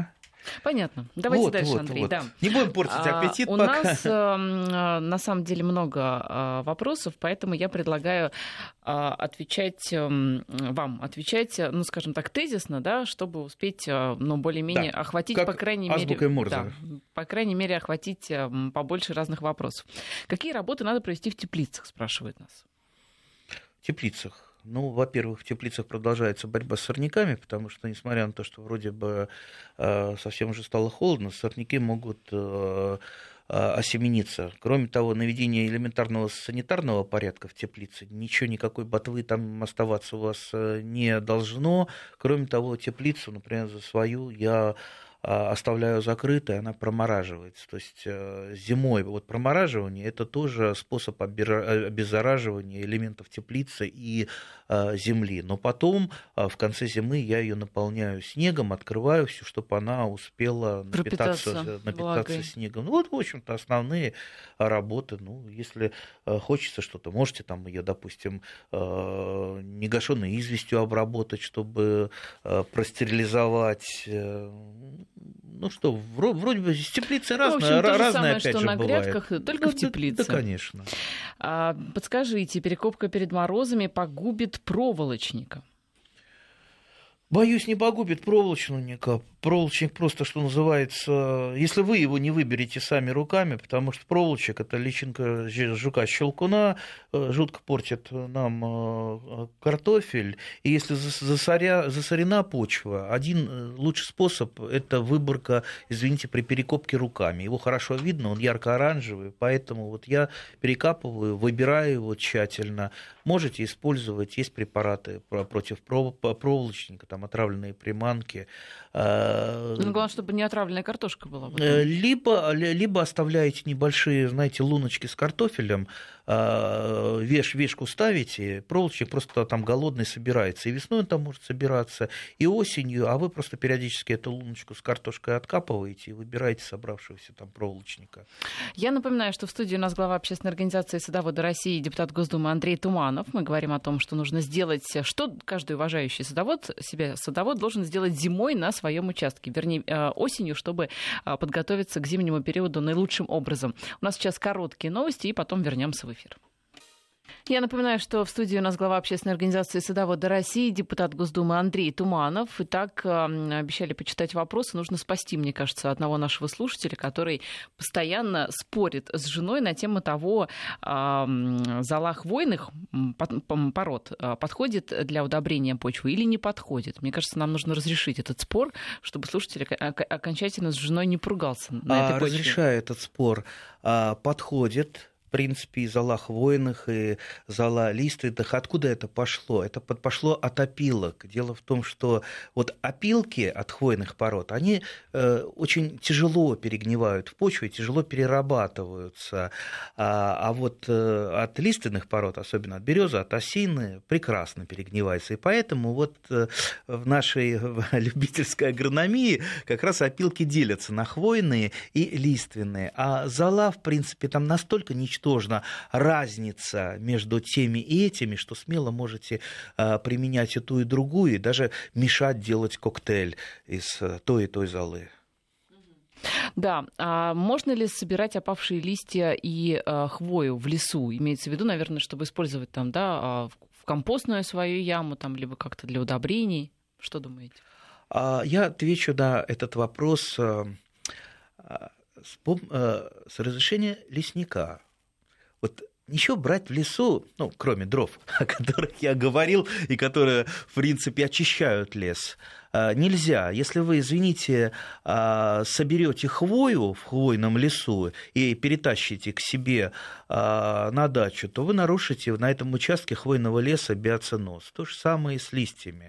Понятно. Давайте вот, дальше, вот, Андрей. Вот. Да. Не будем портить аппетит а, у пока. У нас на самом деле много вопросов, поэтому я предлагаю отвечать вам, отвечать, ну, скажем так, тезисно, да, чтобы успеть, ну, более-менее да. охватить, как по крайней мере, да, по крайней мере, охватить побольше разных вопросов. Какие работы надо провести в теплицах, спрашивают нас. В теплицах. Ну, во-первых, в теплицах продолжается борьба с сорняками, потому что, несмотря на то, что вроде бы э, совсем уже стало холодно, сорняки могут э, осемениться. Кроме того, наведение элементарного санитарного порядка в теплице, ничего, никакой ботвы там оставаться у вас не должно. Кроме того, теплицу, например, за свою я оставляю закрытой, она промораживается. То есть зимой вот промораживание – это тоже способ обеззараживания элементов теплицы и земли. Но потом, в конце зимы, я ее наполняю снегом, открываю все, чтобы она успела напитаться, напитаться снегом. Ну, вот, в общем-то, основные работы. Ну, если хочется что-то, можете там ее, допустим, негашенной известью обработать, чтобы простерилизовать. Ну что, вроде бы с теплицей разное, ну, в общем, то же разное самое, опять что же на бывает. грядках, только да, в теплице. Да, да, конечно. А, подскажите, перекопка перед морозами погубит проволочника? Боюсь, не погубит проволочника. Проволочник просто, что называется, если вы его не выберете сами руками, потому что проволочек – это личинка жука-щелкуна, жутко портит нам картофель. И если засоря, засорена почва, один лучший способ – это выборка, извините, при перекопке руками. Его хорошо видно, он ярко-оранжевый, поэтому вот я перекапываю, выбираю его тщательно. Можете использовать, есть препараты против проволочника, там отравленные приманки. Ну, главное, чтобы не отравленная картошка была. Либо, либо оставляете небольшие, знаете, луночки с картофелем, веш, вешку ставите, проволочник просто там голодный собирается. И весной он там может собираться, и осенью, а вы просто периодически эту луночку с картошкой откапываете и выбираете собравшегося там проволочника. Я напоминаю, что в студии у нас глава общественной организации «Садоводы России», депутат Госдумы Андрей Туманов. Мы говорим о том, что нужно сделать, что каждый уважающий садовод, себе садовод должен сделать зимой на своем участке, вернее, осенью, чтобы подготовиться к зимнему периоду наилучшим образом. У нас сейчас короткие новости, и потом вернемся в эфир. Я напоминаю, что в студии у нас глава общественной организации «Садоводы России», депутат Госдумы Андрей Туманов. Итак, обещали почитать вопросы. Нужно спасти, мне кажется, одного нашего слушателя, который постоянно спорит с женой на тему того, зола хвойных пород подходит для удобрения почвы или не подходит. Мне кажется, нам нужно разрешить этот спор, чтобы слушатель окончательно с женой не поругался на этой почве. Разрешаю этот спор. Подходит. В принципе, и зола хвойных, и зола лиственных. Откуда это пошло? Это пошло от опилок. Дело в том, что вот опилки от хвойных пород, они э, очень тяжело перегнивают в почве, тяжело перерабатываются. А, а вот э, от лиственных пород, особенно от березы, от осины, прекрасно перегнивается. И поэтому вот э, в нашей любительской агрономии как раз опилки делятся на хвойные и лиственные. А зола, в принципе, там настолько ничтожна, Ничтожна разница между теми и этими, что смело можете а, применять и ту, и другую, и даже мешать делать коктейль из той и той золы. Да, а можно ли собирать опавшие листья и а, хвою в лесу? Имеется в виду, наверное, чтобы использовать там, да, в компостную свою яму, там, либо как-то для удобрений. Что думаете? А, я отвечу на этот вопрос а, а, с, а, с разрешения лесника. Вот ничего брать в лесу, ну, кроме дров, о которых я говорил, и которые, в принципе, очищают лес, нельзя. Если вы, извините, соберете хвою в хвойном лесу и перетащите к себе на дачу, то вы нарушите на этом участке хвойного леса биоценоз. То же самое и с листьями.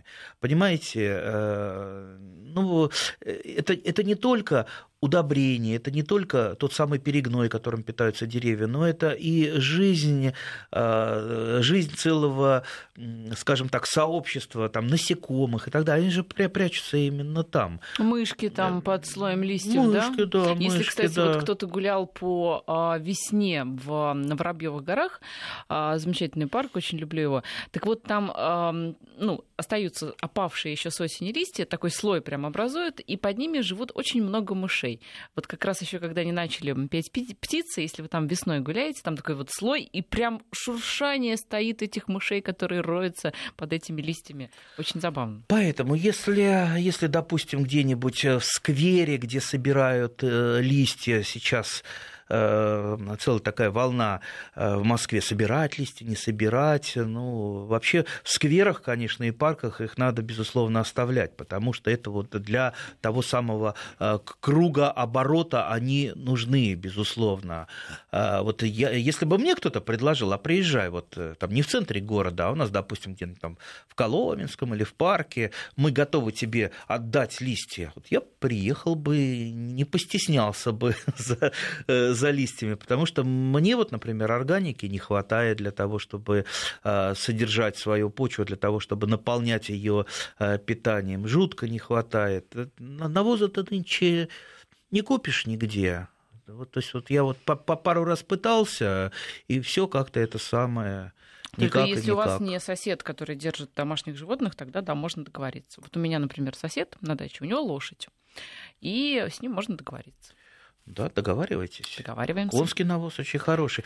Понимаете, ну, это, это не только удобрение, это не только тот самый перегной, которым питаются деревья, но это и жизнь, жизнь целого, скажем так, сообщества там, насекомых и так далее. Они же прячутся именно там. Мышки там под слоем листьев, мышки, да? да Если, мышки, кстати, да. вот кто-то гулял по а, весне в, на Воробьевых горах, а, замечательный парк, очень люблю его, так вот там а, ну, остаются опавшие еще с осени листья, такой слой прям образуют, и под ними живут очень много мышей. Вот как раз еще когда они начали петь птицы, если вы там весной гуляете, там такой вот слой, и прям шуршание стоит этих мышей, которые роются под этими листьями. Очень забавно. Поэтому, если, если допустим, где-нибудь в сквере, где собирают э, листья, сейчас э, целая такая волна э, в Москве, собирать листья, не собирать, ну, вообще в скверах, конечно, и парках их надо, безусловно, оставлять, потому что это вот для того самого э, круга оборота они нужны, безусловно. Э, вот я, если бы мне кто-то предложил, а приезжай, вот э, там не в центре города, а у нас, допустим, где-нибудь там в Коломенском или в парке, мы готовы тебе отдать листья, вот я приехал бы, не постеснялся бы за, за листьями, потому что мне вот, например, органики не хватает для того, чтобы содержать свою почву, для того, чтобы наполнять ее питанием, жутко не хватает. Навоза ты нынче не купишь нигде. Вот, то есть вот я вот по, по пару раз пытался, и все как-то это самое... Только никак если и у вас никак. не сосед, который держит домашних животных, тогда да, можно договориться. Вот у меня, например, сосед на даче, у него лошадь, и с ним можно договориться. Да, договаривайтесь. Договариваемся. Конский навоз очень хороший.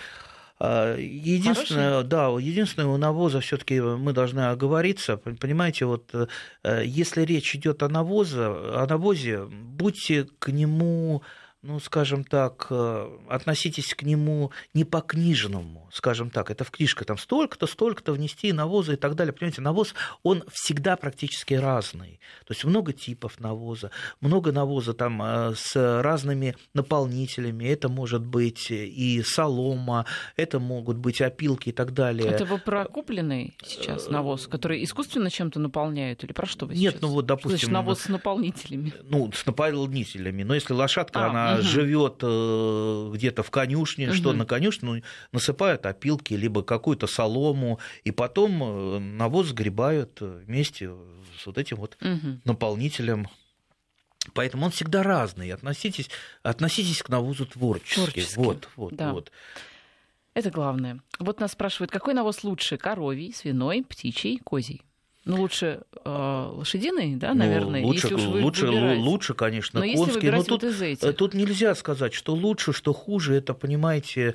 Единственное, да, единственное, у навоза все-таки мы должны оговориться. Понимаете, вот если речь идет о навозе, о навозе, будьте к нему, ну, скажем так, относитесь к нему не по-книжному, скажем так, это в книжках, там столько-то, столько-то внести навоза и так далее. Понимаете, навоз, он всегда практически разный. То есть много типов навоза, много навоза там с разными наполнителями. Это может быть и солома, это могут быть опилки и так далее. Это вы про купленный сейчас навоз, который искусственно чем-то наполняют, или про что вы сейчас? Нет, ну вот, допустим... Что значит навоз с наполнителями? Ну, с наполнителями. Но если лошадка, А, она угу. живет где-то в конюшне, угу. что на конюшню, ну, насыпают опилки, либо какую-то солому, и потом навоз сгребают вместе с вот этим вот угу. наполнителем. Поэтому он всегда разный. Относитесь, относитесь к навозу творчески. Творчески. Вот, вот, да. вот. Это главное. Вот нас спрашивают, какой навоз лучше? Коровий, свиной, птичий, козий? Ну, лучше э, лошадиный, да, наверное, ну, лучше, если уж вы лучше, выбираете. лучше, конечно, но конский. Если выбирать но тут, вот из этих. тут нельзя сказать, что лучше, что хуже. Это, понимаете,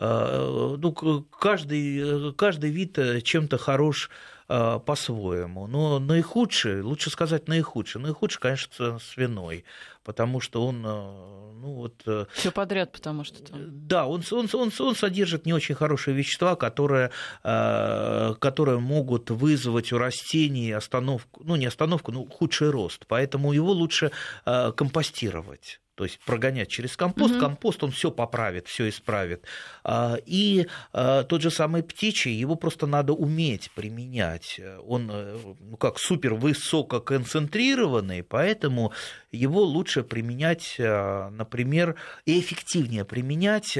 э, ну, каждый, каждый вид чем-то хорош э, по-своему. Но наихудший, лучше сказать наихудший. Наихудший, конечно, свиной, потому что он, ну вот... Все подряд, потому что там... Да, он, он, он, он содержит не очень хорошие вещества, которые, которые могут вызвать у растений остановку, ну не остановку, но худший рост. Поэтому его лучше компостировать. То есть прогонять через компост. Угу. Компост, он все поправит, все исправит. И тот же самый птичий, его просто надо уметь применять. Он, ну как, супер высококонцентрированный, поэтому его лучше применять, например, и эффективнее применять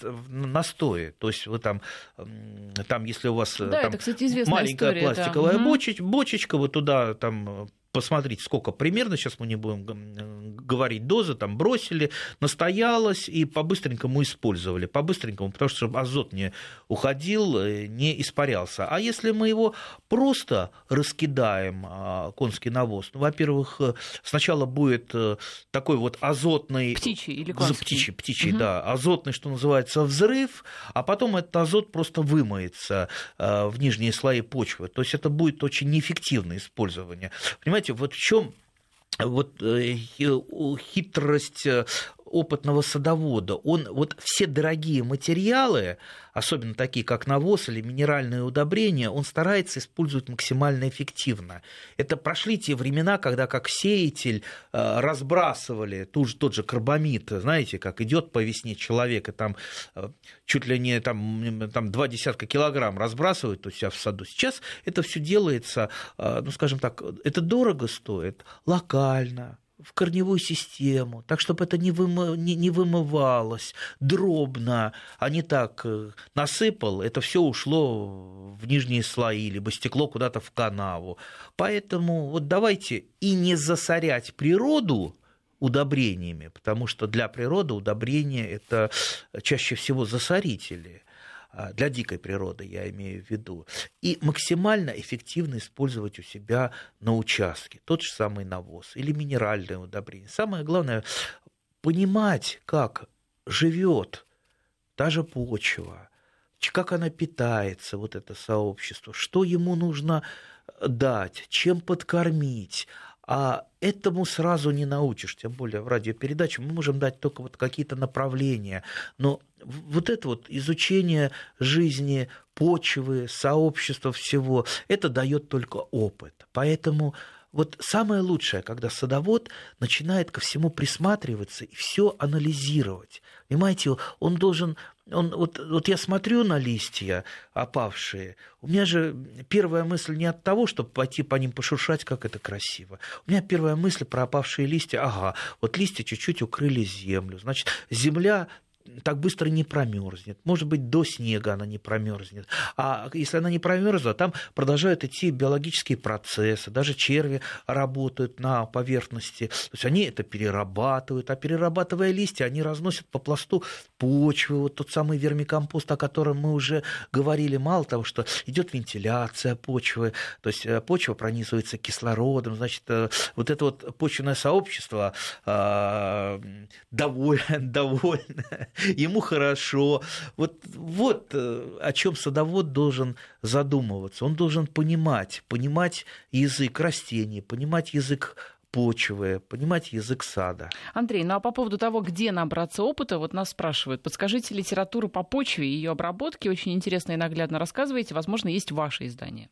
настои. То есть вы там, там если у вас да, там, это, кстати, маленькая история, пластиковая да. бочечка, бочечка, вы туда там... Посмотрите, сколько примерно, сейчас мы не будем говорить дозы, там бросили, настоялось и по-быстренькому использовали, по-быстренькому, потому что чтобы азот не уходил, не испарялся. А если мы его просто раскидаем, конский навоз, ну, во-первых, сначала будет такой вот азотный... Птичий или конский? Птичий, птичий, угу. да, азотный, что называется, взрыв, а потом этот азот просто вымоется в нижние слои почвы. То есть это будет очень неэффективное использование. Понимаете, вот в чем вот хитрость опытного садовода? Он вот все дорогие материалы, особенно такие, как навоз или минеральные удобрения, он старается использовать максимально эффективно. Это прошли те времена, когда как сеятель разбрасывали ту же, тот же карбамид, знаете, как идет по весне человек, и там чуть ли не там, там два десятка килограмм разбрасывает у себя в саду. Сейчас это все делается, ну, скажем так, это дорого стоит, локально, в корневую систему, так, чтобы это не, вымы, не, не вымывалось дробно, а не так насыпал, это все ушло в нижние слои, либо стекло куда-то в канаву. Поэтому вот давайте и не засорять природу удобрениями, потому что для природы удобрения – это чаще всего засорители. Для дикой природы, я имею в виду, и максимально эффективно использовать у себя на участке тот же самый навоз или минеральное удобрение. Самое главное – понимать, как живет та же почва, как она питается, вот это сообщество, что ему нужно дать, чем подкормить. А этому сразу не научишь, тем более в радиопередаче мы можем дать только вот какие-то направления. Но вот это вот изучение жизни почвы, сообщества всего, это дает только опыт. Поэтому вот самое лучшее, когда садовод начинает ко всему присматриваться и все анализировать. Понимаете, он должен... Он, вот, вот я смотрю на листья опавшие, у меня же первая мысль не от того, чтобы пойти по ним пошуршать, как это красиво. У меня первая мысль про опавшие листья, ага, вот листья чуть-чуть укрыли землю, значит, земля так быстро не промерзнет. Может быть, до снега она не промерзнет. А если она не промерзла, там продолжают идти биологические процессы. Даже черви работают на поверхности. То есть они это перерабатывают. А перерабатывая листья, они разносят по пласту почвы. Вот тот самый вермикомпост, о котором мы уже говорили. Мало того, что идет вентиляция почвы, то есть почва пронизывается кислородом. Значит, вот это вот почвенное сообщество довольно, довольно ему хорошо. Вот, вот о чем садовод должен задумываться. Он должен понимать, понимать язык растений, понимать язык почвы, понимать язык сада. Андрей, ну а по поводу того, где набраться опыта, вот нас спрашивают, подскажите литературу по почве и ее обработке, очень интересно и наглядно рассказываете, возможно, есть ваше издание.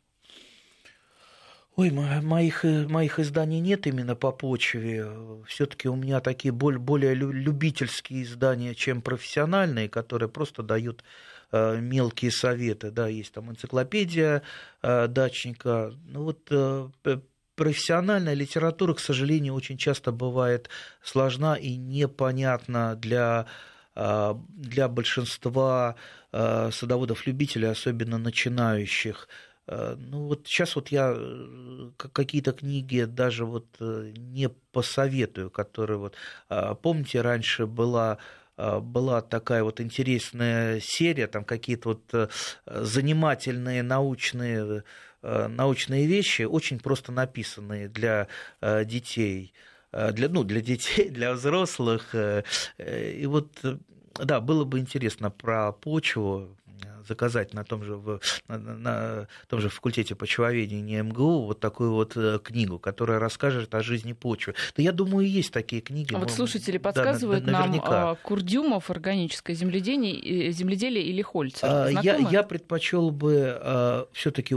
Ой, моих, моих изданий нет именно по почве. Все-таки у меня такие более, более любительские издания, чем профессиональные, которые просто дают э, мелкие советы. Да, есть там энциклопедия э, дачника. Ну вот э, профессиональная литература, к сожалению, очень часто бывает сложна и непонятна для, э, для большинства э, садоводов-любителей, особенно начинающих. Ну вот сейчас вот я какие-то книги даже вот не посоветую, которые вот... Помните, раньше была, была такая вот интересная серия, там какие-то вот занимательные научные, научные вещи, очень просто написанные для детей, для, ну, для детей, для взрослых. И вот, да, было бы интересно про почву заказать на том же, в, на, на том же факультете почвоведения МГУ вот такую вот книгу, которая расскажет о жизни почвы. Да, я думаю, есть такие книги. А вот слушатели подсказывают да, нам Курдюмов, органическое земледелие, земледелие или Хольцер. Я, я предпочел бы все-таки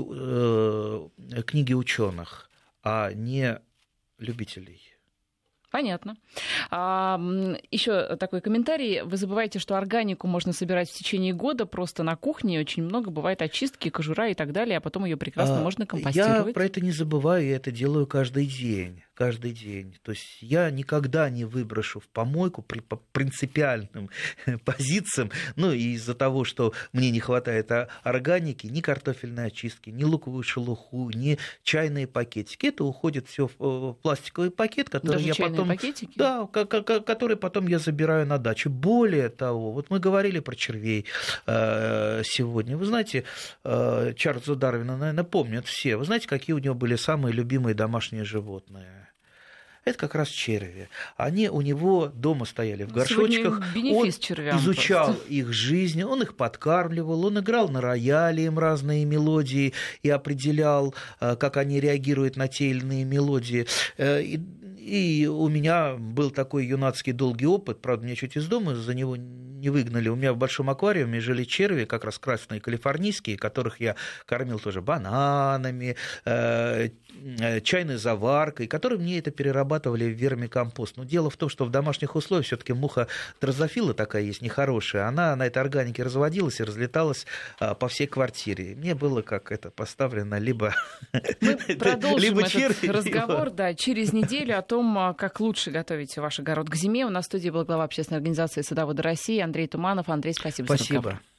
книги ученых, а не любителей. Понятно. А, еще такой комментарий. Вы забываете, что органику можно собирать в течение года просто на кухне. Очень много бывает очистки, кожура и так далее, а потом ее прекрасно а, можно компостировать. Я про это не забываю, я это делаю каждый день. Каждый день. То есть я никогда не выброшу в помойку при принципиальным позициям, ну и из-за того, что мне не хватает органики, ни картофельной очистки, ни луковую шелуху, ни чайные пакетики. Это уходит все в пластиковый пакет, который Даже я потом, пакетики? Да, который потом я забираю на дачу. Более того, вот мы говорили про червей сегодня. Вы знаете, Чарльза Дарвина, наверное, помнят все. Вы знаете, какие у него были самые любимые домашние животные? Это как раз черви. Они у него дома стояли в горшочках. Он изучал просто их жизнь, он их подкармливал, он играл на рояле им разные мелодии и определял, как они реагируют на те или иные мелодии. И, и у меня был такой юнацкий долгий опыт, правда, меня чуть из дома за него не выгнали. У меня в большом аквариуме жили черви, как раз красные калифорнийские, которых я кормил тоже бананами, чайной заваркой, которые мне это перерабатывали в вермикомпост. Но дело в том, что в домашних условиях все-таки муха дрозофила такая есть нехорошая, она на этой органике разводилась и разлеталась по всей квартире. Мне было как это поставлено либо Мы продолжим либо этот черви, разговор либо... да, через неделю о том, как лучше готовить ваш огород к зиме. У нас в студии был глава общественной организации «Садоводы России» Андрей Туманов. Андрей, спасибо, спасибо. за разговор.